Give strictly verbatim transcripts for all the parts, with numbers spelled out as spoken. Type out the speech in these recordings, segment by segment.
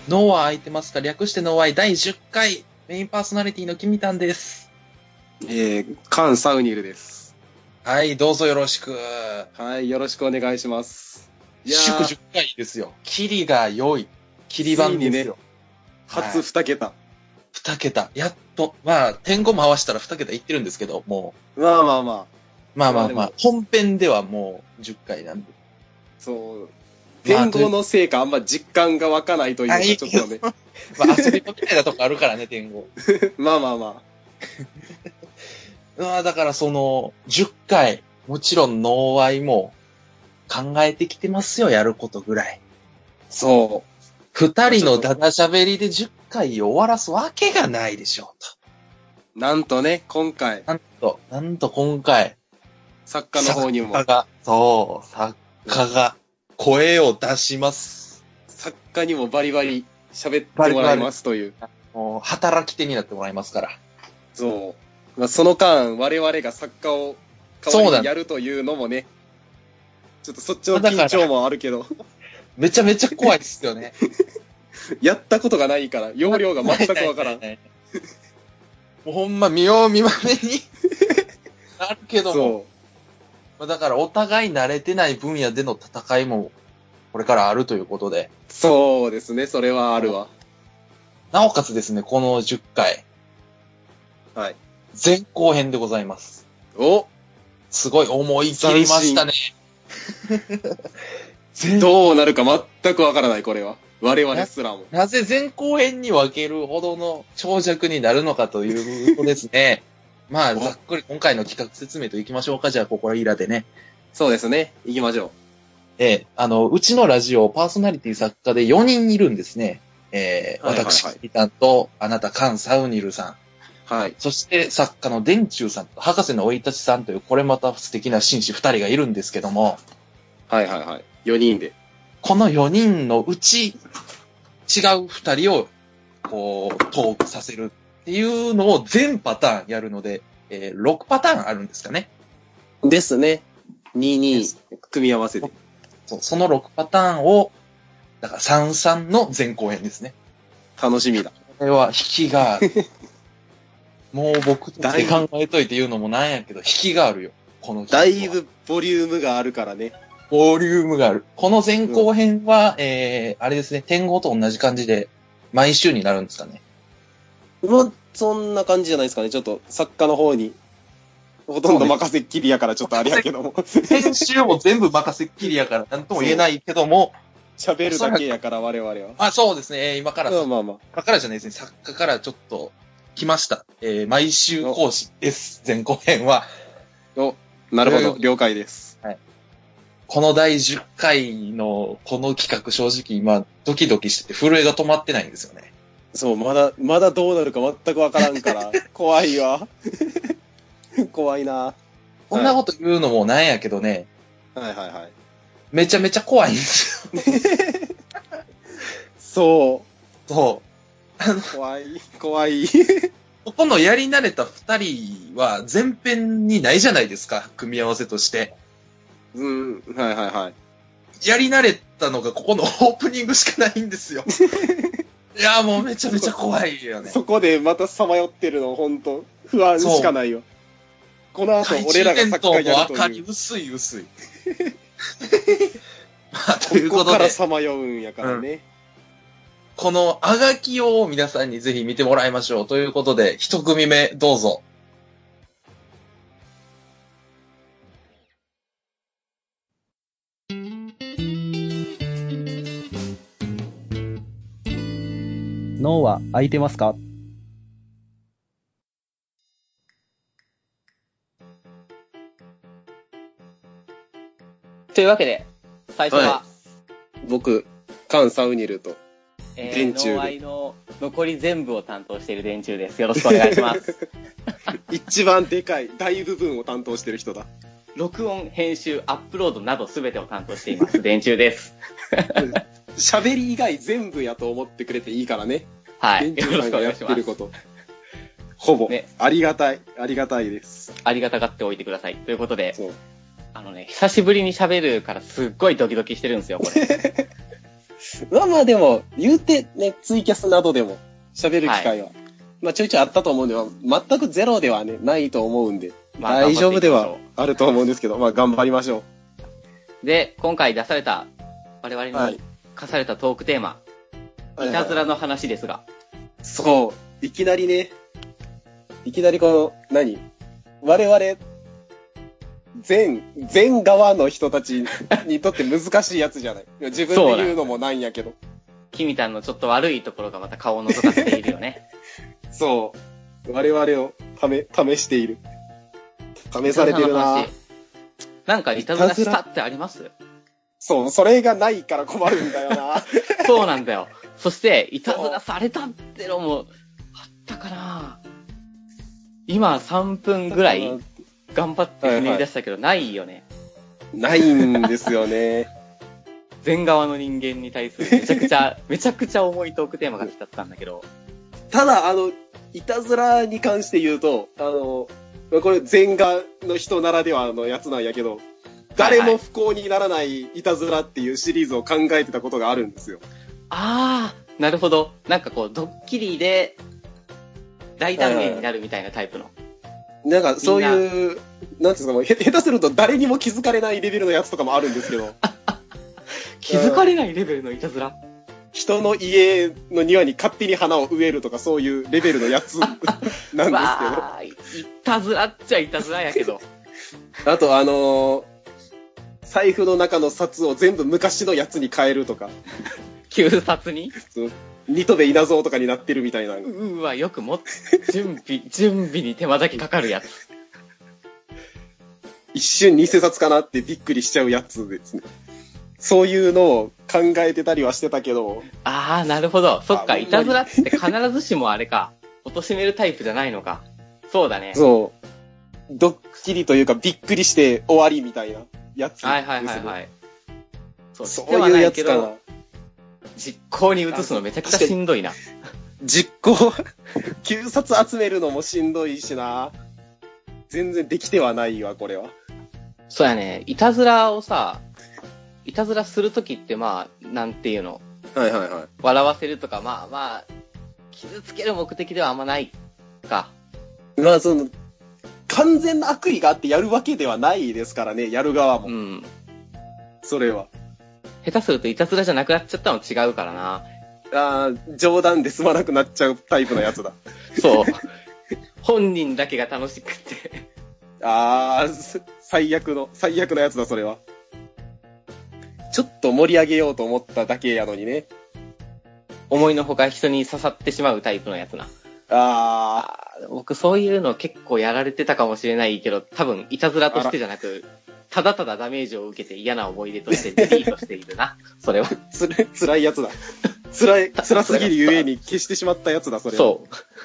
脳は空いてますか、略して脳はだいじゅっかい、メインパーソナリティのキミタンです。 えー、カン・サウニルです。 はい、どうぞよろしく。 はい、よろしくお願いします。 いや祝じゅっかいですよ。キリが良い。キリ版ですよ。ね、 初二桁、はい。 二桁。やっと、まあ、点ご回したら二桁いってるんですけど、もう。まあまあまあ。 まあまあまあ、本編ではもうじゅっかいなんで。 そう。点ごのせいかあんま実感が湧かないというか、ちょっとね。 まあ遊びみたいなとこあるからね、点ご。 まあまあまあ。まあだからその、じゅっかい、もちろん脳愛も考えてきてますよ、やることぐらい。 そう。 二人のダダ喋りでじゅっかい終わらすわけがないでしょうと。 なんとね、今回。 なんと、なんと今回。 作家の方にも。 作家が、そう、作家が声を出します。 作家にもバリバリ喋ってもらいますという。 もう働き手になってもらいますから。 そう。まあ、その間、我々が作家を代わりにやるというのもね、ちょっとそっちの緊張もあるけど。 めちゃめちゃ怖いですよね。 やったことがないから、容量が全くわからん。もうほんま見よう見まねになるけども。 そう。 だからお互い慣れてない分野での戦いもこれからあるということで。 そうですね、それはあるわ。 なおかつですね、このじゅっかい。 はい。 前後編でございます。 おすごい思い切りましたね。 どうなるか全くわからない、これは。我々すらも。 な, なぜ前後編に分けるほどの長尺になるのかというとですね。まあ、ざっくり今回の企画説明といきましょうか。じゃあ、ここらいらでね。 そうですね。行きましょう。 ええ、あの、うちのラジオ、パーソナリティ作家でよにんいるんですね。えー、はいはいはい、私、キリタンと、あなた、カン・サウニルさん。はい。 そして、作家のデンチューさんと、博士の生い立ちさんという、これまた素敵な紳士ふたりがいるんですけども。 はいはいはい。よにんで。 このよにんのうち、違うふたりを、こう、トークさせるっていうのを全パターンやるので、えー、ろくパターンあるんですかね。 ですね。に、に組み合わせて。 そう、そのろくパターンを、だからさんさんの前後編ですね。 楽しみだ。 これは引きがある。もう僕として考えといて言うのもなんやけど、引きがあるよ。このだいぶボリュームがあるからね。 ボリュームがある。この前後編は、うん、えー、あれですね、点ごと同じ感じで、毎週になるんですかね。 もう、そんな感じじゃないですかね。ちょっと、作家の方に、ほとんど任せっきりやからちょっとあれやけども。 編集も全部任せっきりやから、なんとも言えないけども。 喋るだけやから我々は。 あ、そうですね。今から。 まあまあまあ。 今からじゃないですね。作家からちょっと、来ました。えー、毎週更新です。前後編は。 お、なるほど。了解です。 はい。このだいじゅっかいのこの企画正直今ドキドキしてて震えが止まってないんですよね。 そう、まだ、まだどうなるか全くわからんから、怖いわ。怖いな。 こんなこと言うのもなんやけどね。 はいはいはい。 めちゃめちゃ怖いんですよ。 そう。 そう。 あの怖い、怖い。 このやり慣れた二人は前編にないじゃないですか、組み合わせとして。 うん、はいはいはい。 やり慣れたのがここのオープニングしかないんですよ。いやもうめちゃめちゃ怖いよね。 そこでまたさまよってるのほんと不安しかないよ。この後俺らが作家やるという。 明かり薄い薄い。まあ、ということで。 ここからさまようんやからね。うん、 このあがきを皆さんにぜひ見てもらいましょう。ということで、一組目どうぞ。 脳は空いてますか？ というわけで、最初は、はい、僕、カン・サウニルと、 えー、電柱で。脳愛の残り全部を担当している電柱です。よろしくお願いします。 一番でかい、大部分を担当してる人だ。 録音、編集、アップロードなど全てを担当しています。電柱です。 喋り以外全部やと思ってくれていいからね。 はい。 電柱さんがやってること。ほぼ、ね。ありがたい。ありがたいです。 ありがたがっておいてください。ということで、そうあのね、久しぶりに喋るからすっごいドキドキしてるんですよ、これ。 まあまあでも、言うてね、ツイキャスなどでも喋る機会は、はい、まあちょいちょいあったと思うんで、全くゼロではね、ないと思うんで、まあ、大丈夫ではあると思うんですけど、まあ頑張りましょう。で、今回出された、我々に課されたトークテーマ、はい、いたずらの話ですが、はいはいはい。 そう、いきなりね、いきなりこの、何我々、全、全側の人たちにとって難しいやつじゃない。自分で言うのもなんやけど。 キミタンのちょっと悪いところがまた顔を覗かせているよね。 そう。我々を試、試している。試されてるな。 なんかいたずらしたってあります？ そう、それがないから困るんだよな。 そうなんだよ。そして、いたずらされたってのも、あったかな。今さんぷんぐらい頑張ってひねり出したけど、ないよね。 ないんですよね。 全側の人間に対するめちゃくちゃ、めちゃくちゃ重いトークテーマが来ちゃったんだけど。 ただ、あの、いたずらに関して言うと、あの、これ全側の人ならではのやつなんやけど、誰も不幸にならないいたずらっていうシリーズを考えてたことがあるんですよ。 あー、なるほど。なんかこう、ドッキリで大断言になるみたいなタイプの。 なんかそういう、なんていうんですか、もう下手すると誰にも気づかれないレベルのやつとかもあるんですけど。 気づかれないレベルのいたずら？ 人の家の庭に勝手に花を植えるとかそういうレベルのやつなんですけど。 わー、いたずらっちゃいたずらやけど。 あとあのー、財布の中の札を全部昔のやつに変えるとか。 旧札に？ そう。ニトベ稲造とかになってるみたいな。 うーわ、よくも、準備、準備に手間先かかるやつ。 一瞬偽札かなってびっくりしちゃうやつですね。そういうのを考えてたりはしてたけど。 あー、なるほど。そっか、いたずらって必ずしもあれか。貶めるタイプじゃないのか。そうだね。 そう。ドッキリというかびっくりして終わりみたいなやつですね。 はいはいはいはい。 そう、そういうやつかな。 実行に移すのめちゃくちゃしんどいな。 実行旧札集めるのもしんどいしな。全然できてはないわ、これは。 そうやね。いたずらをさ、いたずらするときってまあ、なんていうの。 はいはいはい。 笑わせるとか、まあまあ、傷つける目的ではあんまないか。 まあその、完全な悪意があってやるわけではないですからね、やる側も。 うん。 それは。 下手するといたずらじゃなくなっちゃったの違うからな。 ああ、冗談で済まなくなっちゃうタイプのやつだ。 そう。本人だけが楽しくて。 ああ、最悪の、最悪のやつだ、それは。ちょっと盛り上げようと思っただけやのにね。 思いのほか人に刺さってしまうタイプのやつな。 ああ。 僕そういうの結構やられてたかもしれないけど、多分いたずらとしてじゃなく、ただただダメージを受けて嫌な思い出としてデリートしているな。それは。 つらい、辛いやつだ。辛い、辛すぎるゆえに消してしまったやつだ、それは。 そう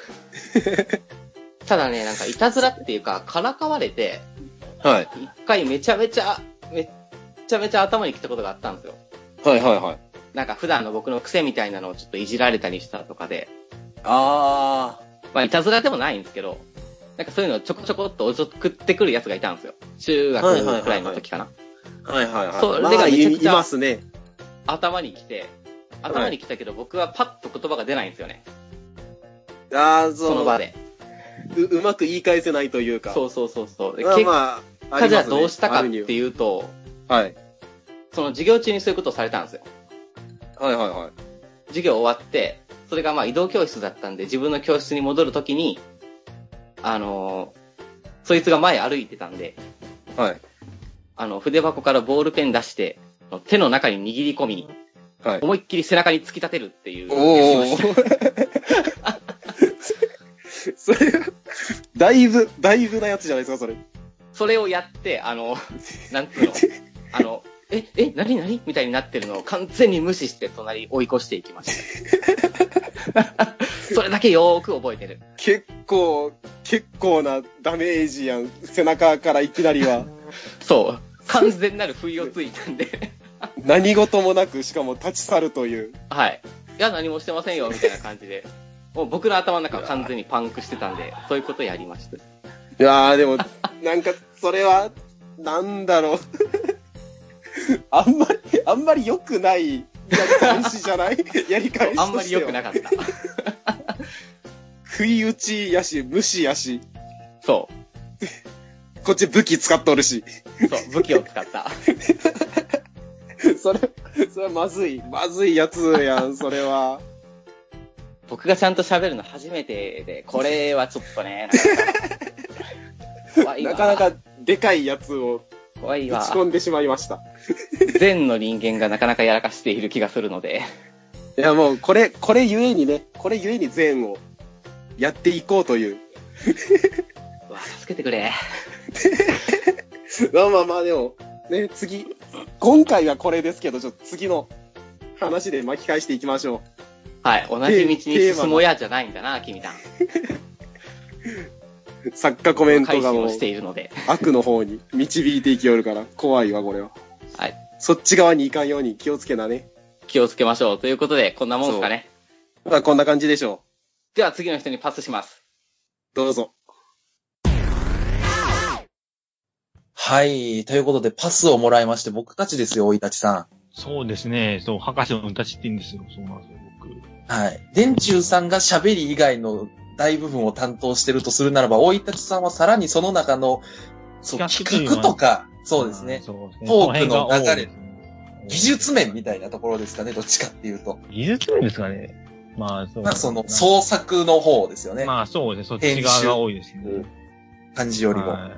。ただね、なんかいたずらっていうか、からかわれて、 はい。 一回めちゃめちゃ、めっちゃめちゃ頭にきたことがあったんですよ。 はいはいはい。 なんか普段の僕の癖みたいなのをちょっといじられたりしたとかで。 あー。 まあいたずらでもないんですけど、なんかそういうのをちょこちょこっとおちょくってくるやつがいたんですよ。中学くらいの時かな。 はいはいはい。 それがめちゃくちゃ、 まあ、いますね。 頭に来て、頭に来たけど僕はパッと言葉が出ないんですよね。 あー、そう。 その場で。 う、うまく言い返せないというか。 そうそうそうそう。で、 まあ、 結まあ、 果じゃあどうしたかっていうと、 はい。 その授業中にそういうことをされたんですよ。 はいはいはい。 授業終わって、それがまあ移動教室だったんで、自分の教室に戻るときに、あのー、そいつが前歩いてたんで、 はい。 あの、筆箱からボールペン出して、手の中に握り込み、はい、思いっきり背中に突き立てるっていう。 おー。それ、だいぶ、だいぶなやつじゃないですか、それ。 それをやって、あの、なんつうの、あの、え、え、なになにみたいになってるのを完全に無視して隣追い越していきました。それだけよーく覚えてる。 結構、結構なダメージやん。背中からいきなりは。 そう。完全なる不意をついたんで。 何事もなく、しかも立ち去るという。 はい。いや、何もしてませんよ、みたいな感じで。もう僕の頭の中は完全にパンクしてたんで、そういうことやりました。 いやー、でも、なんか、それは、なんだろう。あんまり、あんまり良くない、 やり返しじゃないやり返しとしては。 あんまり良くなかった。 不意打ちやし、無視やし。 そこっち武器使っとるし。 う。そう、武器を使った。 それ、それはまずい。まずいやつやん、それは。 僕がちゃんと喋るの初めてで、これはちょっとね、なかなか怖いわ。 なかなかでかいやつを怖いわ。 打ち込んでしまいました。 善の人間がなかなかやらかしている気がするので。 いやもう、これ、これゆえにね、これゆえに善をやっていこうという。 うわ、助けてくれ。 まあまあまあでも、ね、次、今回はこれですけど、ちょっと次の話で巻き返していきましょう。 はい、同じ道に進もやじゃないんだな、君さん。 作家コメントがもう、 しているので悪の方に導いていきよるから、怖いわ、これは。 はい。 そっち側に行かんように気をつけなね。 気をつけましょう。ということで、こんなもんですかね。 まあこんな感じでしょう。では次の人にパスします。 どうぞ。 はい。ということで、パスをもらいまして、僕たちですよ、おいたちさん。 そうですね。そう、博士のうたちって言うんですよ。そうなんですよ、僕。 はい。電柱さんが喋り以外の大部分を担当してるとするならば、おいたちさんはさらにその中の、そう、企画とか、そうですね。 そうですね。 トークの流れ、技術面みたいなところですかね、どっちかっていうと。 技術面ですかね。まあ、そう。 まあ、その、創作の方ですよね。 まあ、そうですね。そっち側が多いですね。 感じよりも。 はい、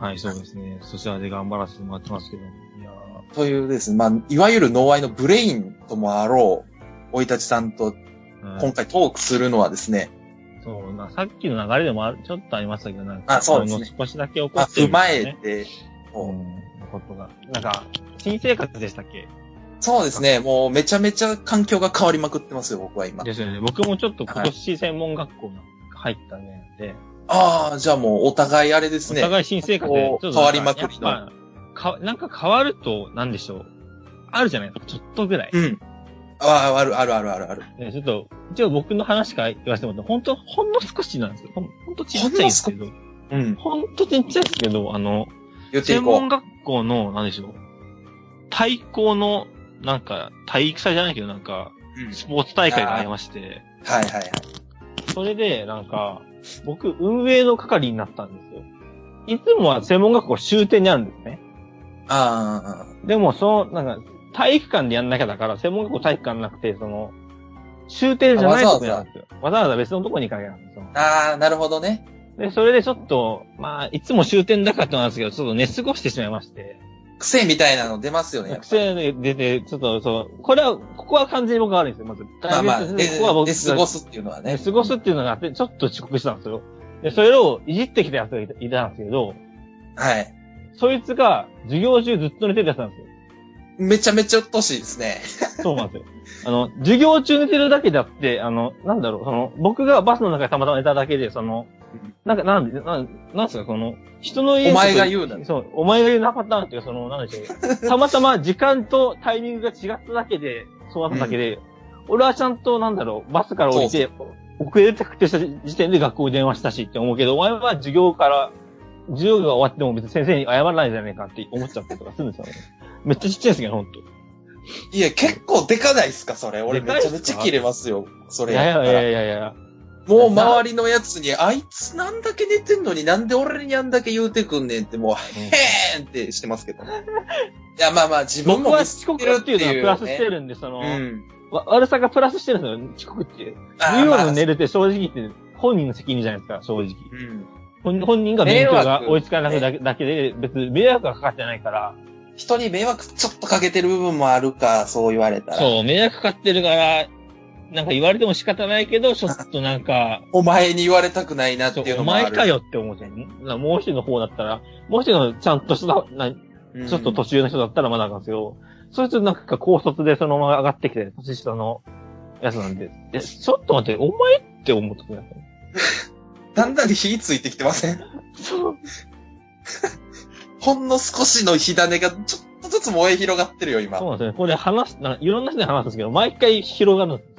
はい、そうですね。そちらで頑張らせてもらってますけど。いやというですね、まあ、いわゆるノーアイのブレインともあろう、おいたちさんと、今回トークするのはですね、 そうな、さっきの流れでもあちょっとありましたけど、なんか、 あ、そうですね。 少しだけ起こってる、ね。 踏まえて、 うん、ことが。なんか、新生活でしたっけ？ そうですね。もうめちゃめちゃ環境が変わりまくってますよ、僕は今。 ですよね。僕もちょっと今年専門学校に入ったねで、はい。 ああ、じゃあもうお互いあれですね。 お互い新生活でちょっと変わりまくりの。 か、なんか変わると、なんでしょう。あるじゃないですか、ちょっとぐらい。 うん。ああ、あるあるあるあるある。 ね、ちょっと、一応僕の話から言わせてもらって、ほんと、ほんの少しなんですよ。ほん、ほんとちっちゃいですけど。 うん。 ほんとちっちゃいですけど、あの、専門学校の、なんでしょう。対抗の、なんか、体育祭じゃないけど、なんか、うん、スポーツ大会がありまして。 はいはいはい。 それで、なんか、僕、運営の係になったんですよ。いつもは専門学校終点にあるんですね。 ああ。 でも、その、なんか、体育館でやんなきゃだから、専門学校体育館なくて、その、終点じゃないとこなんですよ。わざわざ別のとこに行かなきゃなんですよ。 ああ、なるほどね。 で、それでちょっと、まあ、いつも終点だからってなんですけど、ちょっと寝過ごしてしまいまして。 癖みたいなの出ますよね。 癖で出て、ちょっと、そう、これは、ここは完全に僕が悪いんですよ、まず。 まあまあ、ここは僕寝過ごすっていうのはね。 寝過ごすっていうのがあって、ちょっと遅刻したんですよ。で、それをいじってきたやつがいたんですけど、 はい。 そいつが、授業中ずっと寝てるやつなんですよ。 めちゃめちゃうっとしいですね。 そうなんですよ。あの、授業中寝てるだけであって、あの、なんだろう、その、僕がバスの中でたまたま寝ただけで、その、なんか、なんで、なん、なんすか、その、人の家お前が言うな。 そう、お前が言うなパターンっていうか、その、なんでしょう。たまたま時間とタイミングが違っただけで、そうなっただけで、うん、俺はちゃんと、なんだろう、バスから降りて、遅れて確定した時点で学校に電話したしって思うけど、お前は授業から、授業が終わっても別に先生に謝らないじゃねえかって思っちゃったりとかするんですよね。めっちゃちっちゃいですけど、ほんと。 いや、結構でかないっすか、それ。俺めちゃめちゃ切れますよ、それ。 いやいやいやいやいや。 もう周りのやつに、あいつなんだけ寝てんのになんで俺にあんだけ言うてくんねんって、もう、へーんってしてますけど。いや、まあまあ、自分も僕は遅刻っていうのはプラスしてるんで、その、うん、悪さがプラスしてるんですよ、遅刻って。授業の寝るって正直言って本人の責任じゃないですか、正直。うん、本人が勉強が追いつかなくだけ、だけで、別に迷惑がかかってないから。 人に迷惑ちょっとかけてる部分もあるか、そう言われたら。 そう、迷惑かかってるから、なんか言われても仕方ないけど、ちょっとなんか。 お前に言われたくないなっていうのもある。 お前かよって思うじゃん。もう一人の方だったら、もう一人のちゃんとした、なちょっと年上の人だったらまだなんですよ。そいつなんか高卒でそのまま上がってきて、年下のやつなんで。え、ちょっと待って、お前って思ったくないだんだん火ついてきてません？ そう。 ほんの少しの火種がちょっとずつ燃え広がってるよ、今。 そうなんですね。これ話す、いろんな人に話すんですけど、毎回広がるんです。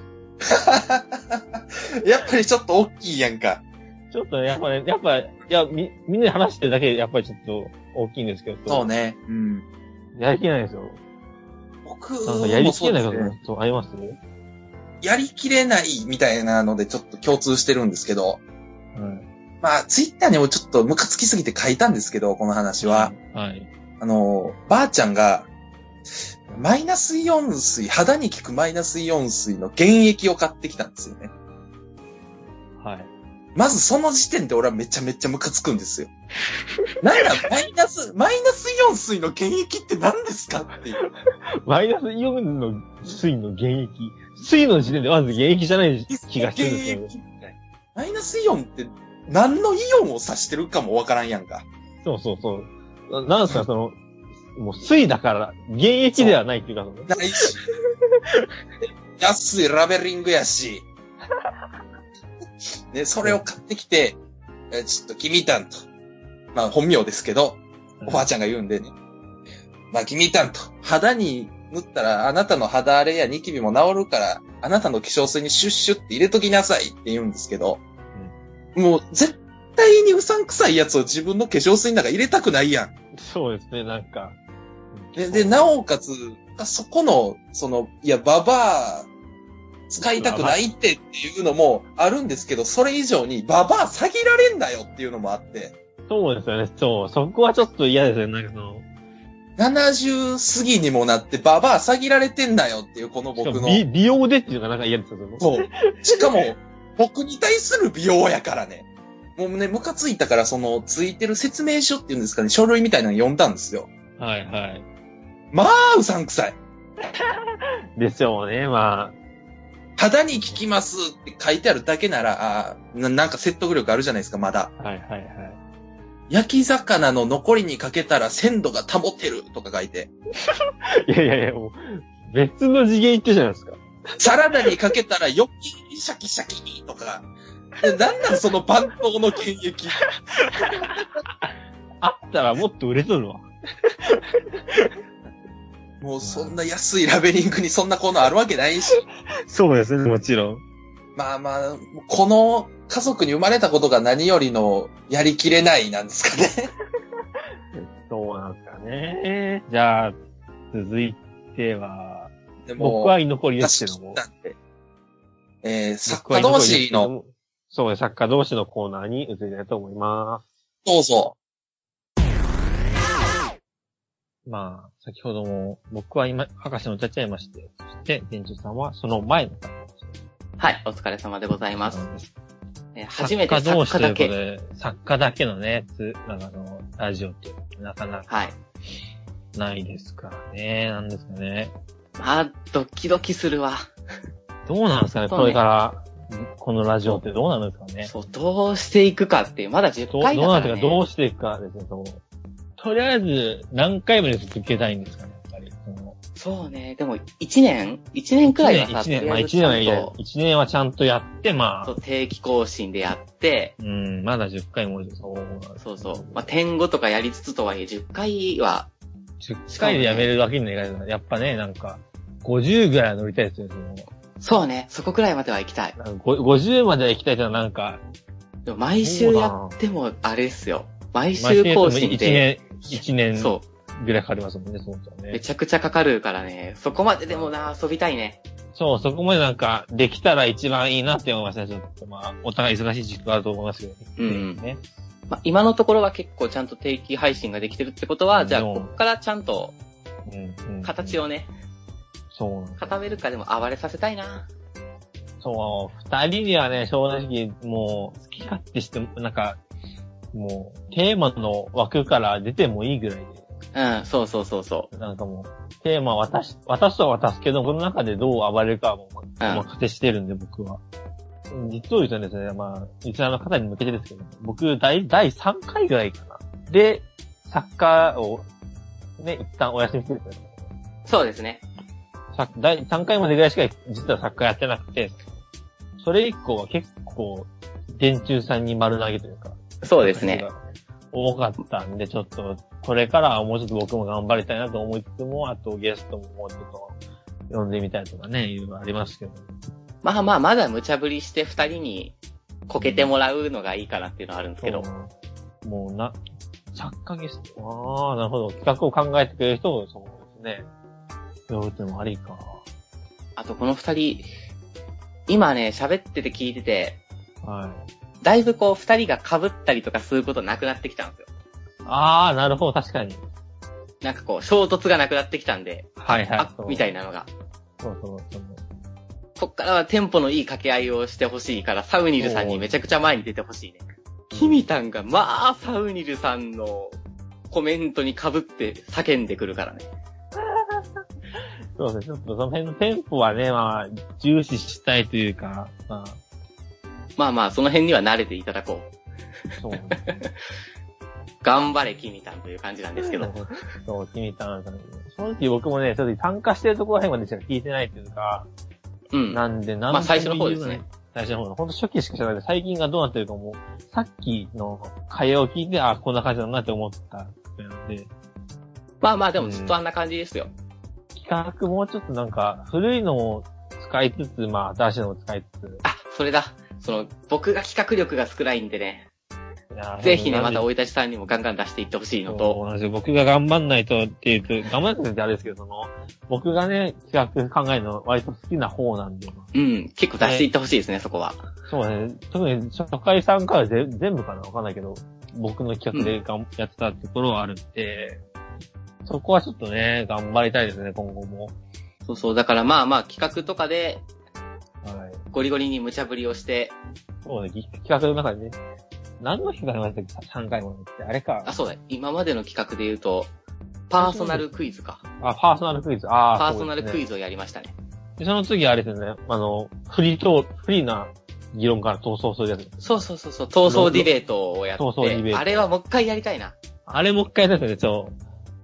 やっぱりちょっと大きいやんか。 ちょっとね、やっぱね、やっぱ、いや、み、みんなで話してるだけでやっぱりちょっと大きいんですけど。 そうね。うん。 やる気ないですよ。 僕なんかやりきれないこともそうですねそうありますやりきれないみたいなのでちょっと共通してるんですけど、 はい。 まあ、ツイッターにもちょっとムカつきすぎて書いたんですけど、この話は。 はい。 あの、ばあちゃんが、マイナスイオン水、肌に効くマイナスイオン水の原液を買ってきたんですよね。 はい。 まずその時点で俺はめちゃめちゃムカつくんですよ。なんだ、マイナス、マイナスイオン水の原液って何ですかっていう。 マイナスイオンの水の原液。水の時点でまず原液じゃない気がしてるんですけど。 マイナスイオンって何のイオンを指してるかもわからんやんか。 そうそうそう。ななんすか、その、もう水だから、原液ではないっていうか、そのないし。安いラベリングやし。ね、それを買ってきて、えちょっと君たんと。まあ本名ですけど、おばあちゃんが言うんでね。まあ君たんと。肌に塗ったらあなたの肌荒れやニキビも治るから、あなたの化粧水にシュッシュって入れときなさいって言うんですけど、もう絶対にうさんくさいやつを自分の化粧水の中入れたくないやん。 そうですね、なんか。 で、で、なおかつ、そこの、その、いや、ババア、使いたくないってっていうのもあるんですけど、それ以上に、ババア詐欺られんだよっていうのもあって。 そうですよね、そう。そこはちょっと嫌ですよね、なんかその。 ななじゅう過ぎにもなって、ババア詐欺られてんだよっていう、この僕の。 美、美容でっていうのがなんか嫌ですよ、 そう。しかも、僕に対する美容やからね。もうね、ムカついたから、その、ついてる説明書っていうんですかね、書類みたいなの読んだんですよ。 はいはい。 まあ、うさんくさい。 でしょうね、まあ。 肌に効きますって書いてあるだけなら、あな、なんか説得力あるじゃないですか、まだ。 はいはいはい。 焼き魚の残りにかけたら鮮度が保てるとか書いて。 いやいやいや、もう、別の次元行ってるじゃないですか。 サラダにかけたらよっきシャキシャキとか。なんなんその万能の原液。 あったらもっと売れとるわ。 もうそんな安いラベリングにそんな効能あるわけないし。 そうですね、もちろん。 まあまあ、この家族に生まれたことが何よりのやりきれないなんですかね。 そうなんですかね。じゃあ、続いては、 でも僕は居残りですけども。 えー、作家同士の、 そうね、作家同士のコーナーに移りたいと思います。 どうぞ。 まあ、先ほども、僕は今、博士の歌っちゃいまして、そして、店長さんはその前の方です。 はい、お疲れ様でございます。えー、初初めて作家だけ。 で作家だけのね、つ、なんかあの、ラジオっていうのはなかなかはい。 ないですからね。なんですかね。 まあ、ドキドキするわ。 どうなんですかね、 そうねこれから、このラジオってどうなるんですかね。 そう、どうしていくかっていう、まだじゅっどう、 かいだから、ね。 どうなんですか、どうしていくかですね、そう。とりあえず、何回まで続けたいんですかね、やっぱり。そのそうね、でも、一年一年くらいはさ、 一年、まあ一とりあえずちゃん年はいやと、 一年はちゃんとやって、まあ、 そう定期更新でやって、 うん、まだじゅっかいもそうなんですね。 そうそう。まあ、点ごとかやりつつとはいえ、じゅっかいは、 じゅっかいでやめるわけにはいかないです。やっぱね、なんか、ごじゅうぐらいは乗りたいですよ、その。 そうね、そこくらいまでは行きたい。 ごじゅうまでは行きたいってのはなんか、 でも毎週やっても、あれっすよ。毎週更新で。 一年、一年そう。 ぐらいかかりますもんね、そうだね。 めちゃくちゃかかるからね。そこまででもな、遊びたいね。 そう、そこまでなんか、できたら一番いいなって思いましたね。ちょっとまあ、お互い忙しい時期があると思いますけど。 うん、 ね。 まあ、今のところは結構ちゃんと定期配信ができてるってことは、うん、じゃあ、ここからちゃんと、形をね、 そう。 固めるかでも暴れさせたいな。 そう、二人にはね、正直、もう、好き勝手して、なんか、もう、テーマの枠から出てもいいぐらいで。 うん、そうそうそうそう。 なんかもう、テーマ渡し、渡すとは渡すけど、この中でどう暴れるかはもう、お任せしてるんで、僕は。実を言うとですね、まあ、リスナーの方に向けてですけど、僕、第、第さんかいぐらいかな。で、作家を、ね、一旦お休みしてるんですよね。 そうですね。 第さんかいまでぐらいしか実は作家やってなくて、それ以降は結構、電柱さんに丸投げというか。 そうですね。 多かったんで、ちょっと、これからはもうちょっと僕も頑張りたいなと思いつつも、あとゲストももうちょっと呼んでみたいとかね、いろいろありますけど。 まあまあ、まだ無茶ぶりして二人にこけてもらうのがいいかなっていうのはあるんですけど。 うもうな、作家ゲスト、ああ、なるほど。企画を考えてくれる人を、そうですね。 動物でもありか。 あとこの二人、今ね、喋ってて聞いてて、 はい。 だいぶこう二人が被ったりとかすることなくなってきたんですよ。 あー、なるほど、確かに。 なんかこう、衝突がなくなってきたんで、 はいはい。 あみたいなのが。 そうそうそう。 こっからはテンポのいい掛け合いをしてほしいから、サウニルさんにめちゃくちゃ前に出てほしいね。キミタンが、まあ、サウニルさんのコメントに被って叫んでくるからね。 そうですね。ちょっとその辺のテンポはね、まあ、重視したいというか、まあ。 まあまあ、その辺には慣れていただこう。 そう。 頑張れ、キミタンという感じなんですけど。 そう、キミタンさん。正直僕もね、ちょっと参加してるところら辺までしか聞いてないというか、 うん。 なんで、なんまあ最初の方ですね。 最初の方の。ほんと初期しか知らないで、最近がどうなってるかも、さっきの会話を聞いて、あ、こんな感じだなって思ったので。 まあまあ、でもずっとあんな感じですよ。 企画もうちょっとなんか、古いのを使いつつ、まあ、新しいのを使いつつ。 あ、それだ。その、僕が企画力が少ないんでね。 いやぜひね、また追い立ちさんにもガンガン出していってほしいのと。 同じ僕が頑張んないとっていうと、頑張らなくてあれですけど、その、僕がね、企画考えるの割と好きな方なんで。 うん、結構出していってほしいですね、そこは。 そうね。特に初回さんからぜ全部かなわかんないけど、僕の企画でがん、うん、やってたところはあるんで、そこはちょっとね、頑張りたいですね、今後も。 そうそう、だからまあまあ企画とかで、 はい。 ゴリゴリに無茶ぶりをして。 そうね、企画の中でね。何の企画があったっけ ?さん 回もって、あれか。 あ、そうだ。今までの企画で言うと、パーソナルクイズか。 あ、パーソナルクイズ。ああ、 パーソナルクイズをやりましたね。 で、その次あれですね、あの、フリーと、フリーな議論から闘争するやつ。 そうそうそうそう、闘争ディベートをやって、闘争ディベート。あれはもう一回やりたいな。 あれもう一回やりたいですね、そう。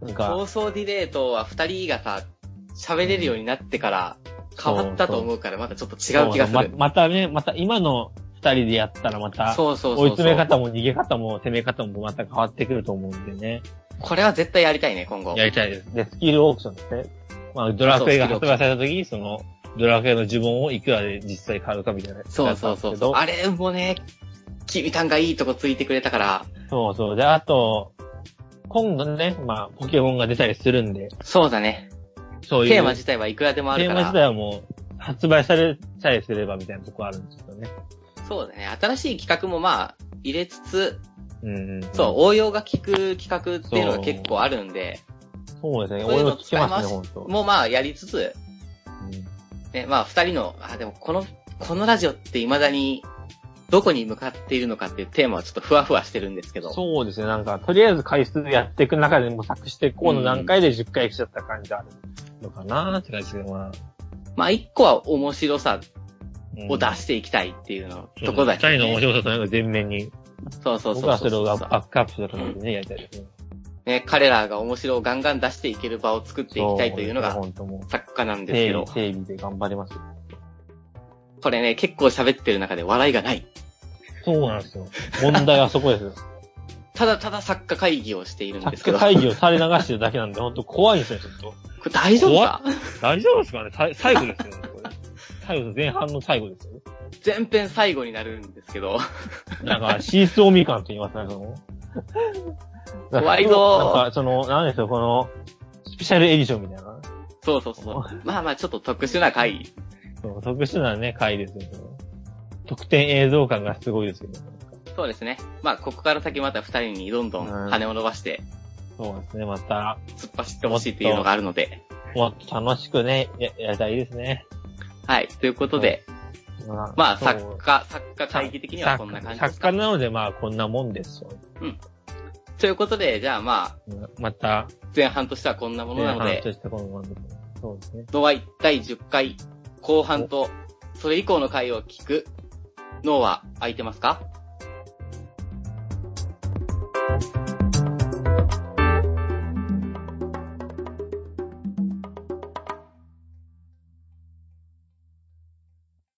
なんか。 闘争ディベートは二人がさ、喋れるようになってから変わったと思うから、またちょっと違う気がする。 ま、またね、また今の二人でやったらまた、そうそうそう。追い詰め方も逃げ方も攻め方もまた変わってくると思うんでね。 これは絶対やりたいね、今後。 やりたいです。で、スキルオークションですね。まあ、ドラクエが発売された時に、その、ドラクエの呪文をいくらで実際買うかみたいな。 そうそうそうそう。あれもね、キミタンがいいとこついてくれたから。 そうそう。で、あと、今度ね、まあ、ポケモンが出たりするんで。 そうだね。そういう。テーマ自体はいくらでもあるから。 テーマ自体はもう、発売されちゃいすればみたいなとこあるんですよね。 そうだね。新しい企画もまあ、入れつつ、 うんうんうん、 そう、応用が効く企画っていうのが結構あるんで。 そうですね。応用効きますね、本当。 もうまあ、やりつつ、うん、ね、まあ、二人の、あ、でもこの、このラジオって未だに、どこに向かっているのかっていうテーマはちょっとふわふわしてるんですけど。 そうですね。なんか、とりあえず回数やっていく中で模索して、こうの何回でじゅっかい来ちゃった感じあるのかなって感じですけど、まあ。 まあ、一個は面白さを出していきたいっていうの、うん、とこだけ、ね。 二人の面白さとなんか全面に。 そうそうそうそう。 僕はそれをバックアップする形でね、やりたいですね。 ね、彼らが面白をガンガン出していける場を作っていきたいというのが、作家なんですけど。 整備で頑張ります。 これね、結構喋ってる中で笑いがない。 そうなんですよ。問題はそこですよ。 ただただ作家会議をしているんですけど。 作家会議を垂れ流してるだけなんで、本当怖いんですよ、ちょっと。これ大丈夫か大丈夫ですかね最後ですよね、これ。最後、前半の最後ですよね。 前編最後になるんですけど。 なんか、シースオミカンって言いますね、その。 怖いぞー。なんか、その、なんですよ、この、スペシャルエディションみたいな。 そうそうそう。まあまあ、ちょっと特殊な回。 そう、特殊なね、回ですよ。特典映像感がすごいですけど。 そうですね。まあ、ここから先また二人にどんどん羽を伸ばして、 うん、そうですね、また。 突っ走ってほしいっていうのがあるので。 もっと楽しくね、や、やりたいですね。 はい、ということで、まあ、まあ、作家、作家会議的にはこんな感じですか。 作家なので、まあ、こんなもんですよ。 うん。ということで、じゃあまあ、 また、 前半としてはこんなものなので、 前半としてはこんなものです。そうですね。 ノアだいじゅっかい、後半と、それ以降の回を聞く、脳は空いてますか？